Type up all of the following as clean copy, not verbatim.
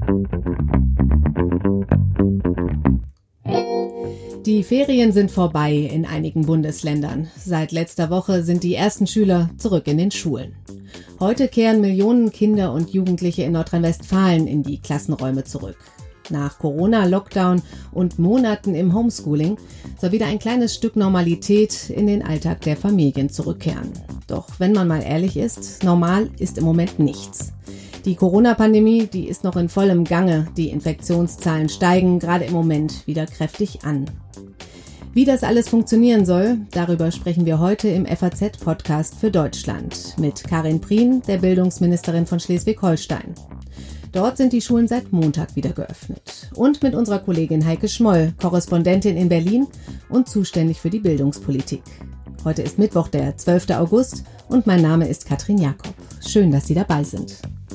Die Ferien sind vorbei in einigen Bundesländern. Seit letzter Woche sind die ersten Schüler zurück in den Schulen. Heute kehren Millionen Kinder und Jugendliche in Nordrhein-Westfalen in die Klassenräume zurück. Nach Corona-Lockdown und Monaten im Homeschooling soll wieder ein kleines Stück Normalität in den Alltag der Familien zurückkehren. Doch wenn man mal ehrlich ist, normal ist im Moment nichts. Die Corona-Pandemie, die ist noch in vollem Gange. Die Infektionszahlen steigen gerade im Moment wieder kräftig an. Wie das alles funktionieren soll, darüber sprechen wir heute im FAZ-Podcast für Deutschland mit Karin Prien, der Bildungsministerin von Schleswig-Holstein. Dort sind die Schulen seit Montag wieder geöffnet. Und mit unserer Kollegin Heike Schmoll, Korrespondentin in Berlin und zuständig für die Bildungspolitik. Heute ist Mittwoch, der 12. August und mein Name ist Katrin Jakob. Schön, dass Sie dabei sind.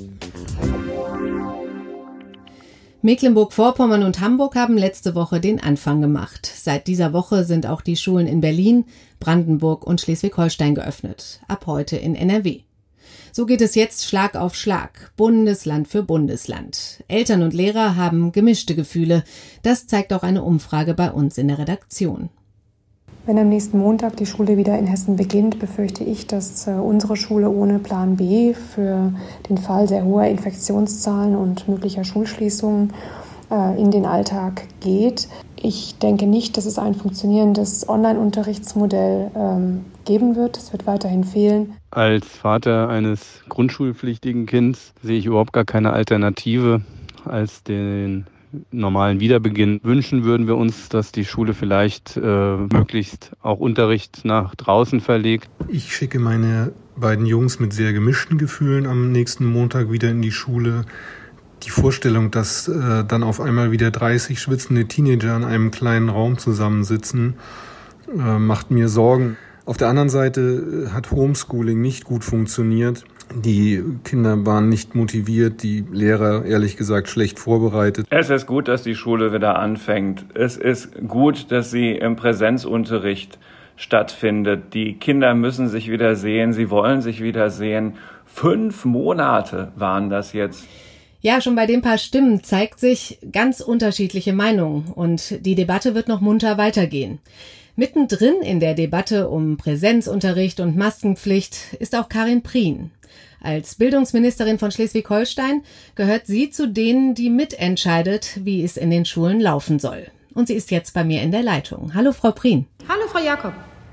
Mecklenburg-Vorpommern und Hamburg haben letzte Woche den Anfang gemacht. Seit dieser Woche sind auch die Schulen in Berlin, Brandenburg und Schleswig-Holstein geöffnet. Ab heute in NRW. So geht es jetzt Schlag auf Schlag, Bundesland für Bundesland. Eltern und Lehrer haben gemischte Gefühle. Das zeigt auch eine Umfrage bei uns in der Redaktion. Wenn am nächsten Montag die Schule wieder in Hessen beginnt, befürchte ich, dass unsere Schule ohne Plan B für den Fall sehr hoher Infektionszahlen und möglicher Schulschließungen in den Alltag geht. Ich denke nicht, dass es ein funktionierendes Online-Unterrichtsmodell geben wird. Es wird weiterhin fehlen. Als Vater eines grundschulpflichtigen Kindes sehe ich überhaupt gar keine Alternative als den normalen Wiederbeginn. Wünschen würden wir uns, dass die Schule vielleicht möglichst auch Unterricht nach draußen verlegt. Ich schicke meine beiden Jungs mit sehr gemischten Gefühlen am nächsten Montag wieder in die Schule. Die Vorstellung, dass dann auf einmal wieder 30 schwitzende Teenager in einem kleinen Raum zusammensitzen, macht mir Sorgen. Auf der anderen Seite hat Homeschooling nicht gut funktioniert. Die Kinder waren nicht motiviert, die Lehrer ehrlich gesagt schlecht vorbereitet. Es ist gut, dass die Schule wieder anfängt. Es ist gut, dass sie im Präsenzunterricht stattfindet. Die Kinder müssen sich wieder sehen, sie wollen sich wieder sehen. 5 Monate waren das jetzt. Ja, schon bei den paar Stimmen zeigt sich ganz unterschiedliche Meinungen und die Debatte wird noch munter weitergehen. Mittendrin in der Debatte um Präsenzunterricht und Maskenpflicht ist auch Karin Prien. Als Bildungsministerin von Schleswig-Holstein gehört sie zu denen, die mitentscheidet, wie es in den Schulen laufen soll. Und sie ist jetzt bei mir in der Leitung. Hallo, Frau Prien. Hallo, Frau Jakob.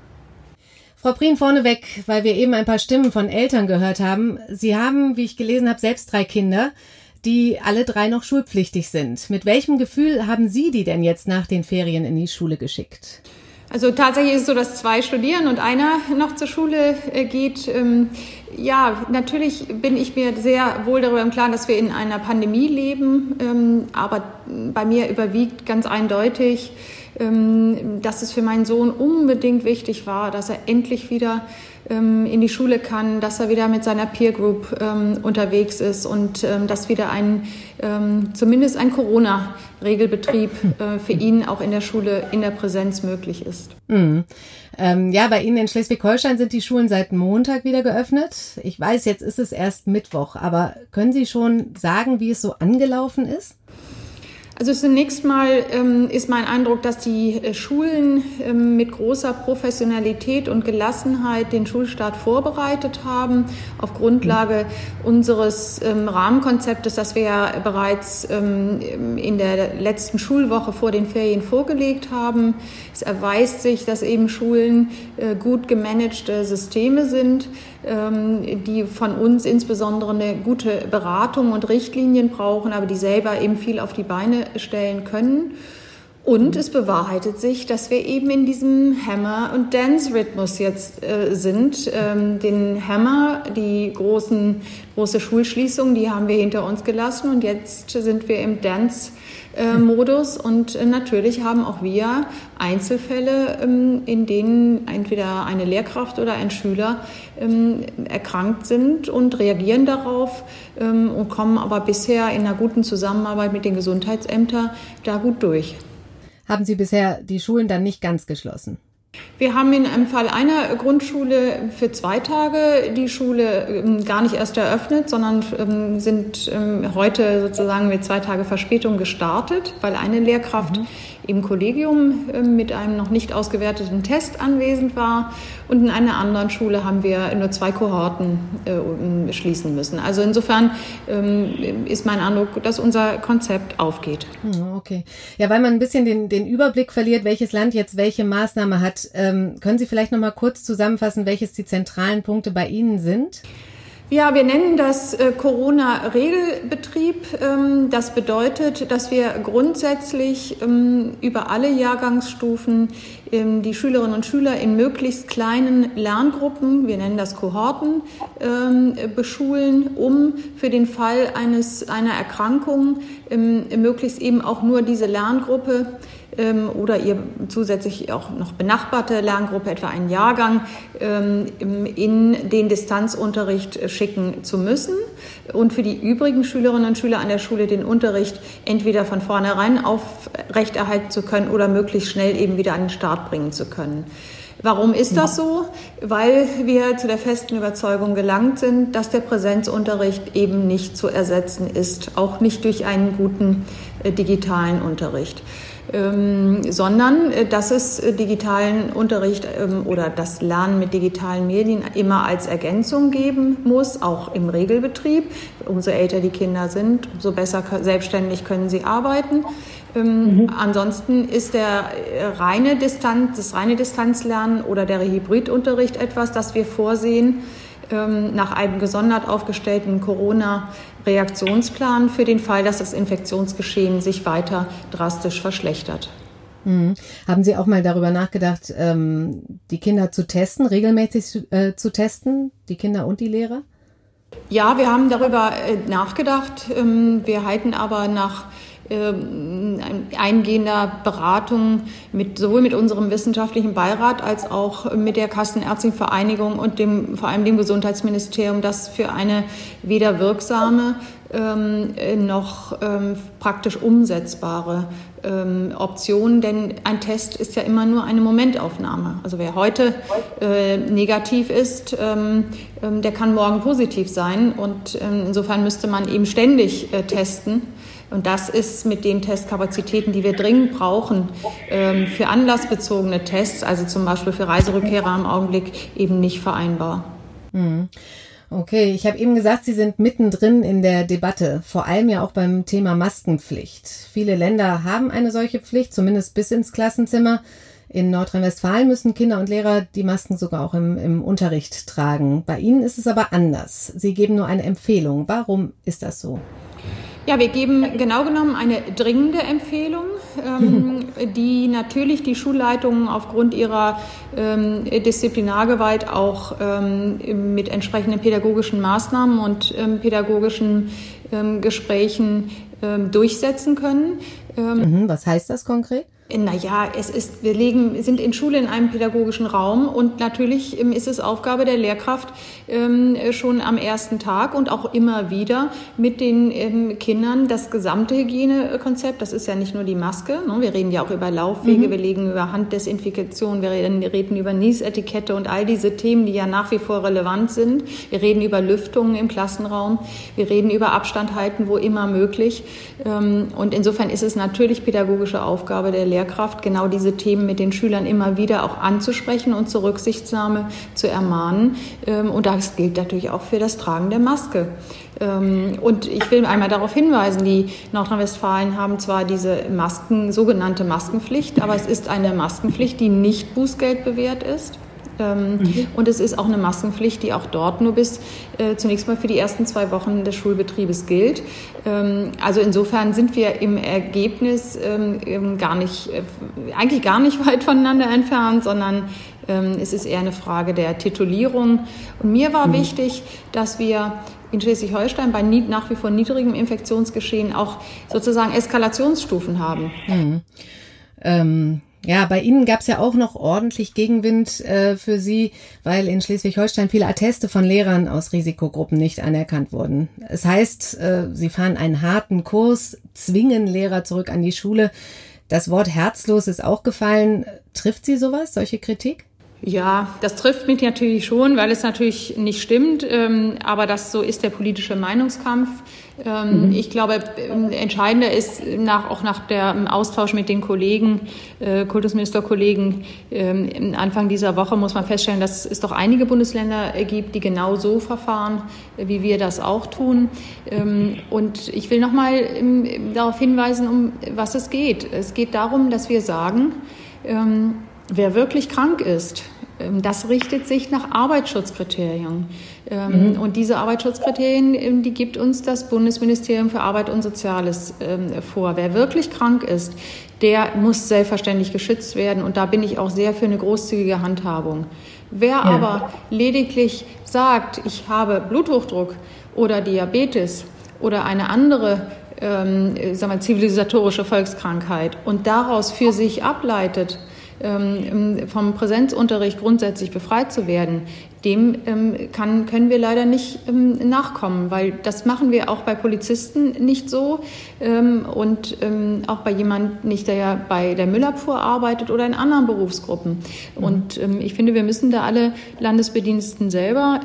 Frau Prien, vorneweg, weil wir eben ein paar Stimmen von Eltern gehört haben. Sie haben, wie ich gelesen habe, selbst 3 Kinder, die alle 3 noch schulpflichtig sind. Mit welchem Gefühl haben Sie die denn jetzt nach den Ferien in die Schule geschickt? Also tatsächlich ist es so, dass 2 studieren und einer noch zur Schule geht. Ja, natürlich bin ich mir sehr wohl darüber im Klaren, dass wir in einer Pandemie leben. Aber bei mir überwiegt ganz eindeutig, dass es für meinen Sohn unbedingt wichtig war, dass er endlich wieder in die Schule kann, dass er wieder mit seiner Peer Group unterwegs ist und dass wieder zumindest ein Corona-Regelbetrieb für ihn auch in der Schule in der Präsenz möglich ist. Mhm. Ja, bei Ihnen in Schleswig-Holstein sind die Schulen seit Montag wieder geöffnet. Ich weiß, jetzt ist es erst Mittwoch, aber können Sie schon sagen, wie es so angelaufen ist? Also zunächst mal ist mein Eindruck, dass die Schulen mit großer Professionalität und Gelassenheit den Schulstart vorbereitet haben, auf Grundlage unseres Rahmenkonzeptes, das wir ja bereits in der letzten Schulwoche vor den Ferien vorgelegt haben. Es erweist sich, dass eben Schulen gut gemanagte Systeme sind, die von uns insbesondere eine gute Beratung und Richtlinien brauchen, aber die selber eben viel auf die Beine stellen können. Und es bewahrheitet sich, dass wir eben in diesem Hammer- und Dance-Rhythmus jetzt sind. Den Hammer, die große Schulschließung, die haben wir hinter uns gelassen und jetzt sind wir im Dance-Modus und natürlich haben auch wir Einzelfälle, in denen entweder eine Lehrkraft oder ein Schüler erkrankt sind und reagieren darauf und kommen aber bisher in einer guten Zusammenarbeit mit den Gesundheitsämtern da gut durch. Haben Sie bisher die Schulen dann nicht ganz geschlossen? Wir haben in einem Fall einer Grundschule für 2 Tage die Schule gar nicht erst eröffnet, sondern sind heute sozusagen mit 2 Tage Verspätung gestartet, weil eine Lehrkraft im Kollegium mit einem noch nicht ausgewerteten Test anwesend war. Und in einer anderen Schule haben wir nur 2 Kohorten schließen müssen. Also insofern ist mein Eindruck, dass unser Konzept aufgeht. Okay. Ja, weil man ein bisschen den Überblick verliert, welches Land jetzt welche Maßnahme hat. Können Sie vielleicht noch mal kurz zusammenfassen, welches die zentralen Punkte bei Ihnen sind? Ja, wir nennen das Corona-Regelbetrieb. Das bedeutet, dass wir grundsätzlich über alle Jahrgangsstufen die Schülerinnen und Schüler in möglichst kleinen Lerngruppen, wir nennen das Kohorten, beschulen, um für den Fall einer Erkrankung möglichst eben auch nur diese Lerngruppe oder ihr zusätzlich auch noch benachbarte Lerngruppe, etwa einen Jahrgang, in den Distanzunterricht schicken zu müssen und für die übrigen Schülerinnen und Schüler an der Schule den Unterricht entweder von vornherein aufrechterhalten zu können oder möglichst schnell eben wieder an den Start bringen zu können. Warum ist das so? Weil wir zu der festen Überzeugung gelangt sind, dass der Präsenzunterricht eben nicht zu ersetzen ist, auch nicht durch einen guten digitalen Unterricht. Sondern dass es digitalen Unterricht oder das Lernen mit digitalen Medien immer als Ergänzung geben muss, auch im Regelbetrieb. Umso älter die Kinder sind, umso besser selbstständig können sie arbeiten. Ansonsten ist das reine Distanzlernen oder der Hybridunterricht etwas, das wir vorsehen nach einem gesondert aufgestellten Corona-Reaktionsplan für den Fall, dass das Infektionsgeschehen sich weiter drastisch verschlechtert. Haben Sie auch mal darüber nachgedacht, die Kinder zu testen, regelmäßig zu testen, die Kinder und die Lehrer? Ja, wir haben darüber nachgedacht. Wir halten aber nach eingehender Beratung sowohl mit unserem wissenschaftlichen Beirat als auch mit der Kassenärztlichen Vereinigung und vor allem dem Gesundheitsministerium das für eine weder wirksame noch praktisch umsetzbare Option, denn ein Test ist ja immer nur eine Momentaufnahme. Also wer heute negativ ist, der kann morgen positiv sein und insofern müsste man eben ständig testen. Und das ist mit den Testkapazitäten, die wir dringend brauchen, für anlassbezogene Tests, also zum Beispiel für Reiserückkehrer im Augenblick, eben nicht vereinbar. Okay, ich habe eben gesagt, Sie sind mittendrin in der Debatte, vor allem ja auch beim Thema Maskenpflicht. Viele Länder haben eine solche Pflicht, zumindest bis ins Klassenzimmer. In Nordrhein-Westfalen müssen Kinder und Lehrer die Masken sogar auch im Unterricht tragen. Bei Ihnen ist es aber anders. Sie geben nur eine Empfehlung. Warum ist das so? Ja, wir geben genau genommen eine dringende Empfehlung, die natürlich die Schulleitungen aufgrund ihrer Disziplinargewalt auch mit entsprechenden pädagogischen Maßnahmen und pädagogischen Gesprächen durchsetzen können. Was heißt das konkret? Naja, wir sind in Schule in einem pädagogischen Raum und natürlich ist es Aufgabe der Lehrkraft, schon am ersten Tag und auch immer wieder mit den Kindern das gesamte Hygienekonzept, das ist ja nicht nur die Maske, ne? Wir reden ja auch über Laufwege, wir reden über Handdesinfikation, wir reden über Niesetikette und all diese Themen, die ja nach wie vor relevant sind. Wir reden über Lüftungen im Klassenraum, wir reden über Abstand halten, wo immer möglich. Und insofern ist es natürlich pädagogische Aufgabe der Lehrkraft, genau diese Themen mit den Schülern immer wieder auch anzusprechen und zur Rücksichtnahme zu ermahnen. Und das gilt natürlich auch für das Tragen der Maske. Und ich will einmal darauf hinweisen, die Nordrhein-Westfalen haben zwar diese sogenannte Maskenpflicht, aber es ist eine Maskenpflicht, die nicht bußgeldbewehrt ist. Und es ist auch eine Maskenpflicht, die auch dort nur zunächst mal für die ersten 2 Wochen des Schulbetriebes gilt. Also insofern sind wir im Ergebnis eigentlich gar nicht weit voneinander entfernt, sondern es ist eher eine Frage der Titulierung. Und mir war wichtig, dass wir in Schleswig-Holstein bei nach wie vor niedrigem Infektionsgeschehen auch sozusagen Eskalationsstufen haben. Ja, bei Ihnen gab es ja auch noch ordentlich Gegenwind für Sie, weil in Schleswig-Holstein viele Atteste von Lehrern aus Risikogruppen nicht anerkannt wurden. Es heißt, Sie fahren einen harten Kurs, zwingen Lehrer zurück an die Schule. Das Wort herzlos ist auch gefallen. Trifft Sie sowas, solche Kritik? Ja, das trifft mich natürlich schon, weil es natürlich nicht stimmt, aber so ist der politische Meinungskampf. Ich glaube, entscheidender ist auch nach dem Austausch mit den Kollegen, Kultusministerkollegen, Anfang dieser Woche muss man feststellen, dass es doch einige Bundesländer gibt, die genau so verfahren, wie wir das auch tun. Und ich will nochmal darauf hinweisen, um was es geht. Es geht darum, dass wir sagen, wer wirklich krank ist, das richtet sich nach Arbeitsschutzkriterien. Und diese Arbeitsschutzkriterien, die gibt uns das Bundesministerium für Arbeit und Soziales vor. Wer wirklich krank ist, der muss selbstverständlich geschützt werden. Und da bin ich auch sehr für eine großzügige Handhabung. Wer aber lediglich sagt, ich habe Bluthochdruck oder Diabetes oder eine andere zivilisatorische Volkskrankheit und daraus für sich ableitet, vom Präsenzunterricht grundsätzlich befreit zu werden, dem können wir leider nicht nachkommen, weil das machen wir auch bei Polizisten nicht so und auch bei jemandem nicht, der ja bei der Müllabfuhr arbeitet oder in anderen Berufsgruppen. Und ich finde, wir müssen da alle Landesbediensteten selber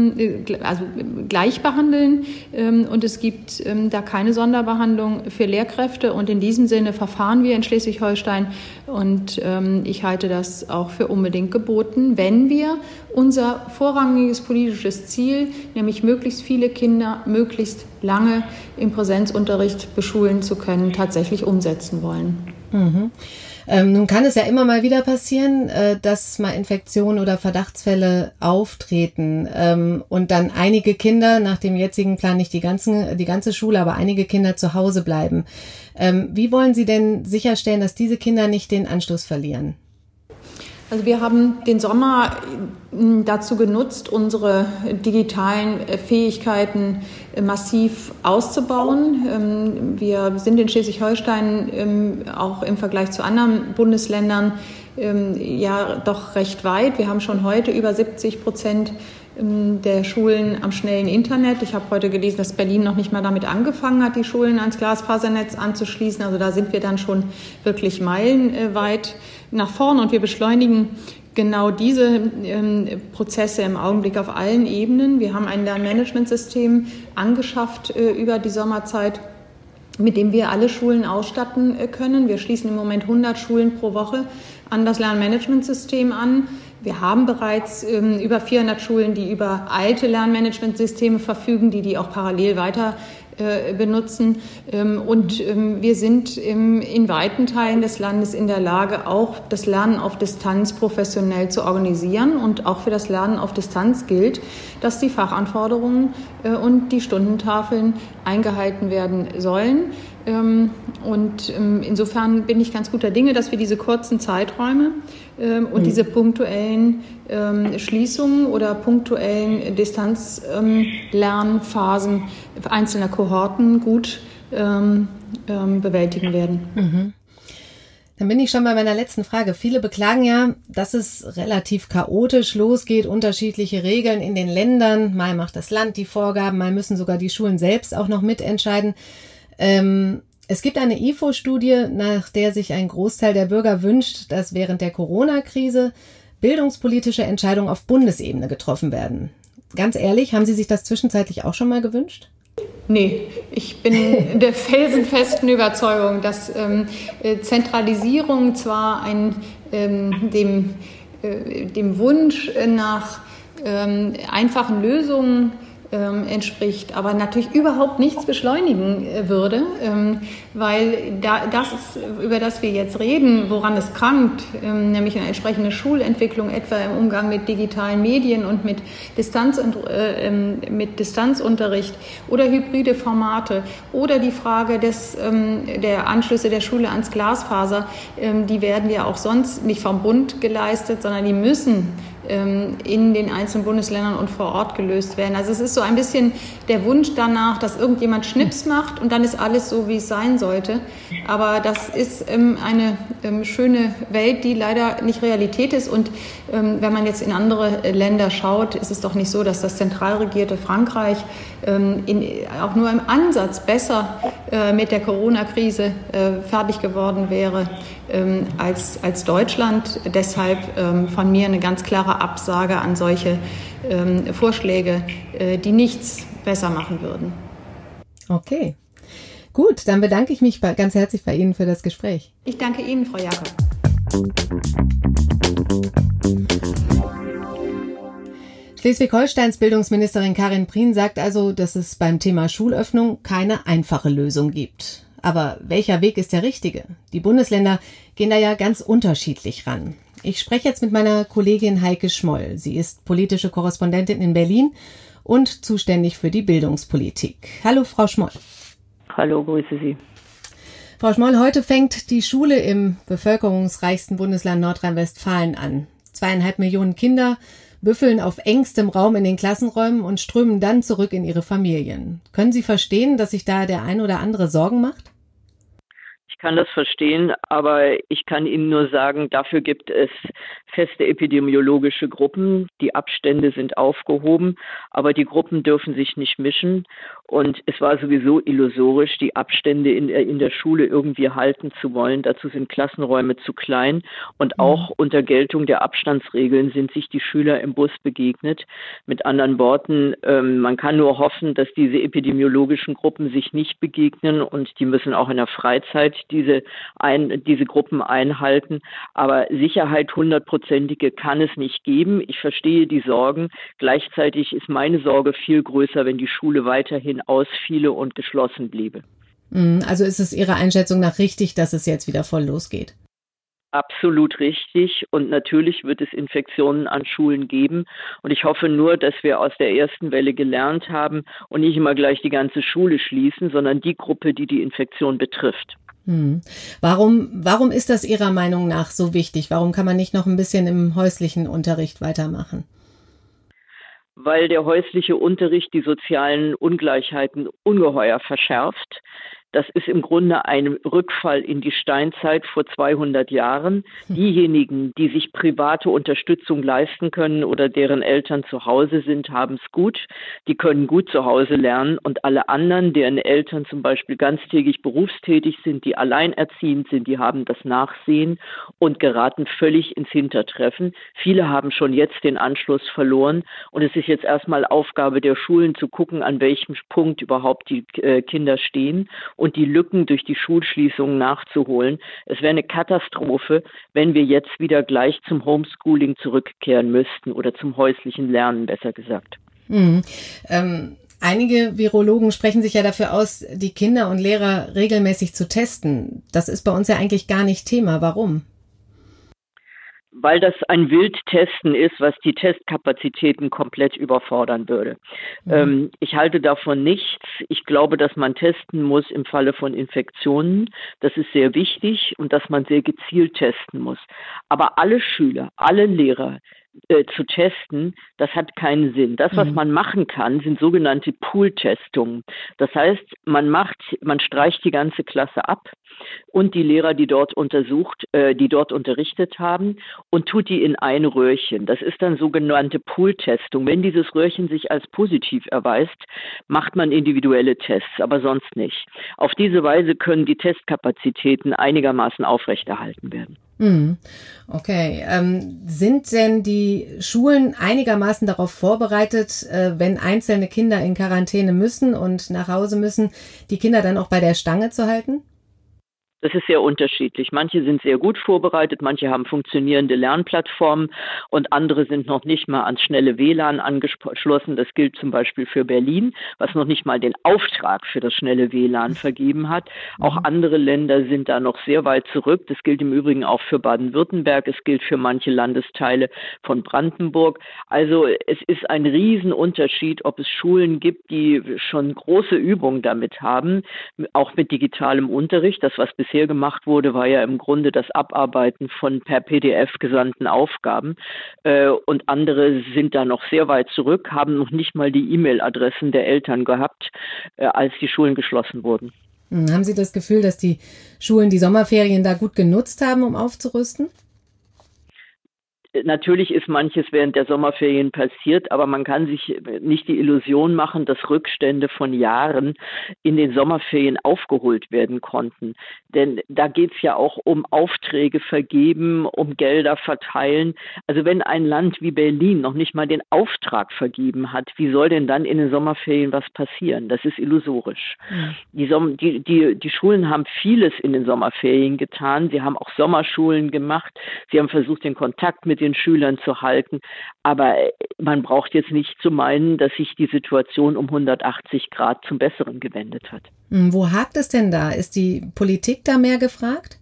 gleich behandeln und es gibt da keine Sonderbehandlung für Lehrkräfte und in diesem Sinne verfahren wir in Schleswig-Holstein und ich halte das auch für unbedingt geboten, wenn wir unser vorrangiges politisches Ziel, nämlich möglichst viele Kinder möglichst lange im Präsenzunterricht beschulen zu können, tatsächlich umsetzen wollen. Nun kann es ja immer mal wieder passieren, dass mal Infektionen oder Verdachtsfälle auftreten und dann einige Kinder, nach dem jetzigen Plan nicht die ganze Schule, aber einige Kinder zu Hause bleiben. Wie wollen Sie denn sicherstellen, dass diese Kinder nicht den Anschluss verlieren? Also wir haben den Sommer dazu genutzt, unsere digitalen Fähigkeiten massiv auszubauen. Wir sind in Schleswig-Holstein auch im Vergleich zu anderen Bundesländern ja doch recht weit. Wir haben schon heute über 70% der Schulen am schnellen Internet. Ich habe heute gelesen, dass Berlin noch nicht mal damit angefangen hat, die Schulen ans Glasfasernetz anzuschließen. Also da sind wir dann schon wirklich meilenweit nach vorn und wir beschleunigen genau diese Prozesse im Augenblick auf allen Ebenen. Wir haben ein Lernmanagementsystem angeschafft über die Sommerzeit, mit dem wir alle Schulen ausstatten können. Wir schließen im Moment 100 Schulen pro Woche an das Lernmanagementsystem an. Wir haben bereits über 400 Schulen, die über alte Lernmanagementsysteme verfügen, die auch parallel weiter benutzen. Und wir sind in weiten Teilen des Landes in der Lage, auch das Lernen auf Distanz professionell zu organisieren. Und auch für das Lernen auf Distanz gilt, dass die Fachanforderungen und die Stundentafeln eingehalten werden sollen. Und insofern bin ich ganz guter Dinge, dass wir diese kurzen Zeiträume und diese punktuellen Schließungen oder punktuellen Distanzlernphasen einzelner Kohorten gut bewältigen werden. Dann bin ich schon bei meiner letzten Frage. Viele beklagen ja, dass es relativ chaotisch losgeht, unterschiedliche Regeln in den Ländern. Mal macht das Land die Vorgaben, mal müssen sogar die Schulen selbst auch noch mitentscheiden. Es gibt eine IFO-Studie, nach der sich ein Großteil der Bürger wünscht, dass während der Corona-Krise bildungspolitische Entscheidungen auf Bundesebene getroffen werden. Ganz ehrlich, haben Sie sich das zwischenzeitlich auch schon mal gewünscht? Nee, ich bin der felsenfesten Überzeugung, dass Zentralisierung zwar dem Wunsch nach einfachen Lösungen entspricht, aber natürlich überhaupt nichts beschleunigen würde, weil das ist, über das wir jetzt reden, woran es krankt, nämlich eine entsprechende Schulentwicklung, etwa im Umgang mit digitalen Medien und mit Distanzunterricht oder hybride Formate oder die Frage der Anschlüsse der Schule ans Glasfaser, die werden ja auch sonst nicht vom Bund geleistet, sondern die müssen in den einzelnen Bundesländern und vor Ort gelöst werden. Also es ist so ein bisschen der Wunsch danach, dass irgendjemand Schnips macht und dann ist alles so, wie es sein sollte. Aber das ist eine schöne Welt, die leider nicht Realität ist. Und wenn man jetzt in andere Länder schaut, ist es doch nicht so, dass das zentral regierte Frankreich auch nur im Ansatz besser mit der Corona-Krise fertig geworden wäre als Deutschland. Deshalb von mir eine ganz klare Absage an solche Vorschläge, die nichts besser machen würden. Okay. Gut, dann bedanke ich mich ganz herzlich bei Ihnen für das Gespräch. Ich danke Ihnen, Frau Jakob. Schleswig-Holsteins Bildungsministerin Karin Prien sagt also, dass es beim Thema Schulöffnung keine einfache Lösung gibt. Aber welcher Weg ist der richtige? Die Bundesländer gehen da ja ganz unterschiedlich ran. Ich spreche jetzt mit meiner Kollegin Heike Schmoll. Sie ist politische Korrespondentin in Berlin und zuständig für die Bildungspolitik. Hallo, Frau Schmoll. Hallo, grüße Sie. Frau Schmoll, heute fängt die Schule im bevölkerungsreichsten Bundesland Nordrhein-Westfalen an. 2,5 Millionen Kinder büffeln auf engstem Raum in den Klassenräumen und strömen dann zurück in ihre Familien. Können Sie verstehen, dass sich da der ein oder andere Sorgen macht? Ich kann das verstehen, aber ich kann Ihnen nur sagen, dafür gibt es feste epidemiologische Gruppen. Die Abstände sind aufgehoben, aber die Gruppen dürfen sich nicht mischen. Und es war sowieso illusorisch, die Abstände in der Schule irgendwie halten zu wollen. Dazu sind Klassenräume zu klein. Und auch unter Geltung der Abstandsregeln sind sich die Schüler im Bus begegnet. Mit anderen Worten, man kann nur hoffen, dass diese epidemiologischen Gruppen sich nicht begegnen. Und die müssen auch in der Freizeit diese Gruppen einhalten. Aber Sicherheit 100%ige kann es nicht geben. Ich verstehe die Sorgen. Gleichzeitig ist meine Sorge viel größer, wenn die Schule weiterhin ausfiele und geschlossen bliebe. Also ist es Ihrer Einschätzung nach richtig, dass es jetzt wieder voll losgeht? Absolut richtig. Und natürlich wird es Infektionen an Schulen geben. Und ich hoffe nur, dass wir aus der ersten Welle gelernt haben und nicht immer gleich die ganze Schule schließen, sondern die Gruppe, die die Infektion betrifft. Warum ist das Ihrer Meinung nach so wichtig? Warum kann man nicht noch ein bisschen im häuslichen Unterricht weitermachen? Weil der häusliche Unterricht die sozialen Ungleichheiten ungeheuer verschärft. Das ist im Grunde ein Rückfall in die Steinzeit vor 200 Jahren. Diejenigen, die sich private Unterstützung leisten können oder deren Eltern zu Hause sind, haben es gut. Die können gut zu Hause lernen. Und alle anderen, deren Eltern zum Beispiel ganztägig berufstätig sind, die alleinerziehend sind, die haben das Nachsehen und geraten völlig ins Hintertreffen. Viele haben schon jetzt den Anschluss verloren. Und es ist jetzt erstmal Aufgabe der Schulen zu gucken, an welchem Punkt überhaupt die Kinder stehen und die Lücken durch die Schulschließungen nachzuholen. Es wäre eine Katastrophe, wenn wir jetzt wieder gleich zum Homeschooling zurückkehren müssten oder zum häuslichen Lernen, besser gesagt. Einige Virologen sprechen sich ja dafür aus, die Kinder und Lehrer regelmäßig zu testen. Das ist bei uns ja eigentlich gar nicht Thema. Warum? Weil das ein Wildtesten ist, was die Testkapazitäten komplett überfordern würde. Ich halte davon nichts. Ich glaube, dass man testen muss im Falle von Infektionen. Das ist sehr wichtig und dass man sehr gezielt testen muss. Aber alle Schüler, alle Lehrer zu testen, das hat keinen Sinn. Das, was man machen kann, sind sogenannte Pool-Testungen. Das heißt, man streicht die ganze Klasse ab und die Lehrer, die dort unterrichtet haben, und tut die in ein Röhrchen. Das ist dann sogenannte Pool-Testung. Wenn dieses Röhrchen sich als positiv erweist, macht man individuelle Tests, aber sonst nicht. Auf diese Weise können die Testkapazitäten einigermaßen aufrechterhalten werden. Okay. Sind denn die Schulen einigermaßen darauf vorbereitet, wenn einzelne Kinder in Quarantäne müssen und nach Hause müssen, die Kinder dann auch bei der Stange zu halten? Das ist sehr unterschiedlich. Manche sind sehr gut vorbereitet, manche haben funktionierende Lernplattformen und andere sind noch nicht mal ans schnelle WLAN angeschlossen. Das gilt zum Beispiel für Berlin, was noch nicht mal den Auftrag für das schnelle WLAN vergeben hat. Auch andere Länder sind da noch sehr weit zurück. Das gilt im Übrigen auch für Baden-Württemberg. Es gilt für manche Landesteile von Brandenburg. Also es ist ein Riesenunterschied, ob es Schulen gibt, die schon große Übungen damit haben, auch mit digitalem Unterricht. Das, was bisher gemacht wurde, war ja im Grunde das Abarbeiten von per PDF gesandten Aufgaben. Und andere sind da noch sehr weit zurück, haben noch nicht mal die E-Mail-Adressen der Eltern gehabt, als die Schulen geschlossen wurden. Haben Sie das Gefühl, dass die Schulen die Sommerferien da gut genutzt haben, um aufzurüsten? natürlich ist manches während der Sommerferien passiert, aber man kann sich nicht die Illusion machen, dass Rückstände von Jahren in den Sommerferien aufgeholt werden konnten. Denn da geht es ja auch um Aufträge vergeben, um Gelder verteilen. Also wenn ein Land wie Berlin noch nicht mal den Auftrag vergeben hat, wie soll denn dann in den Sommerferien was passieren? Das ist illusorisch. Mhm. Die Schulen haben vieles in den Sommerferien getan. Sie haben auch Sommerschulen gemacht. Sie haben versucht, den Kontakt mit den Schülern zu halten. Aber man braucht jetzt nicht zu meinen, dass sich die Situation um 180 Grad zum Besseren gewendet hat. Wo hakt es denn da? Ist die Politik da mehr gefragt?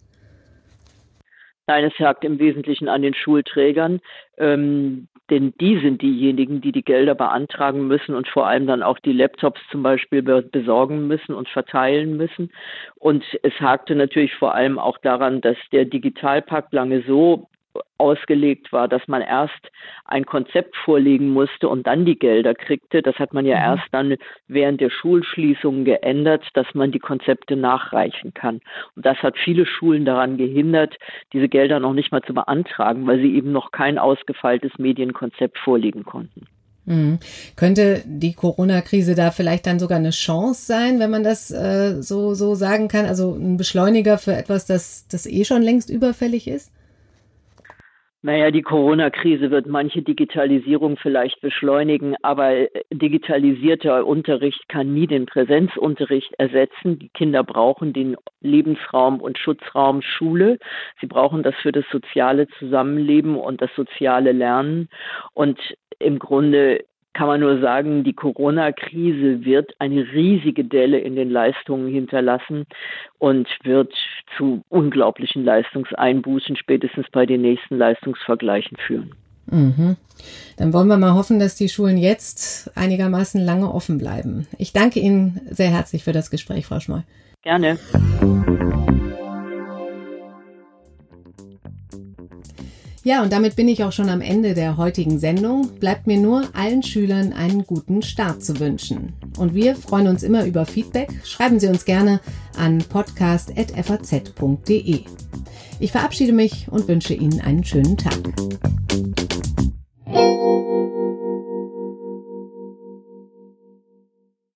Nein, es hakt im Wesentlichen an den Schulträgern, denn die sind diejenigen, die die Gelder beantragen müssen und vor allem dann auch die Laptops zum Beispiel besorgen müssen und verteilen müssen. Und es hakte natürlich vor allem auch daran, dass der Digitalpakt lange so ausgelegt war, dass man erst ein Konzept vorlegen musste und dann die Gelder kriegte. Das hat man ja erst dann während der Schulschließungen geändert, dass man die Konzepte nachreichen kann. Und das hat viele Schulen daran gehindert, diese Gelder noch nicht mal zu beantragen, weil sie eben noch kein ausgefeiltes Medienkonzept vorlegen konnten. Könnte die Corona-Krise da vielleicht dann sogar eine Chance sein, wenn man das so sagen kann? Also ein Beschleuniger für etwas, das eh schon längst überfällig ist? Naja, die Corona-Krise wird manche Digitalisierung vielleicht beschleunigen, aber digitalisierter Unterricht kann nie den Präsenzunterricht ersetzen. Die Kinder brauchen den Lebensraum und Schutzraum Schule. Sie brauchen das für das soziale Zusammenleben und das soziale Lernen. Und im Grunde kann man nur sagen, die Corona-Krise wird eine riesige Delle in den Leistungen hinterlassen und wird zu unglaublichen Leistungseinbußen spätestens bei den nächsten Leistungsvergleichen führen. Mhm. Dann wollen wir mal hoffen, dass die Schulen jetzt einigermaßen lange offen bleiben. Ich danke Ihnen sehr herzlich für das Gespräch, Frau Schmoll. Gerne. Ja, und damit bin ich auch schon am Ende der heutigen Sendung. Bleibt mir nur, allen Schülern einen guten Start zu wünschen. Und wir freuen uns immer über Feedback. Schreiben Sie uns gerne an podcast@faz.de. Ich verabschiede mich und wünsche Ihnen einen schönen Tag.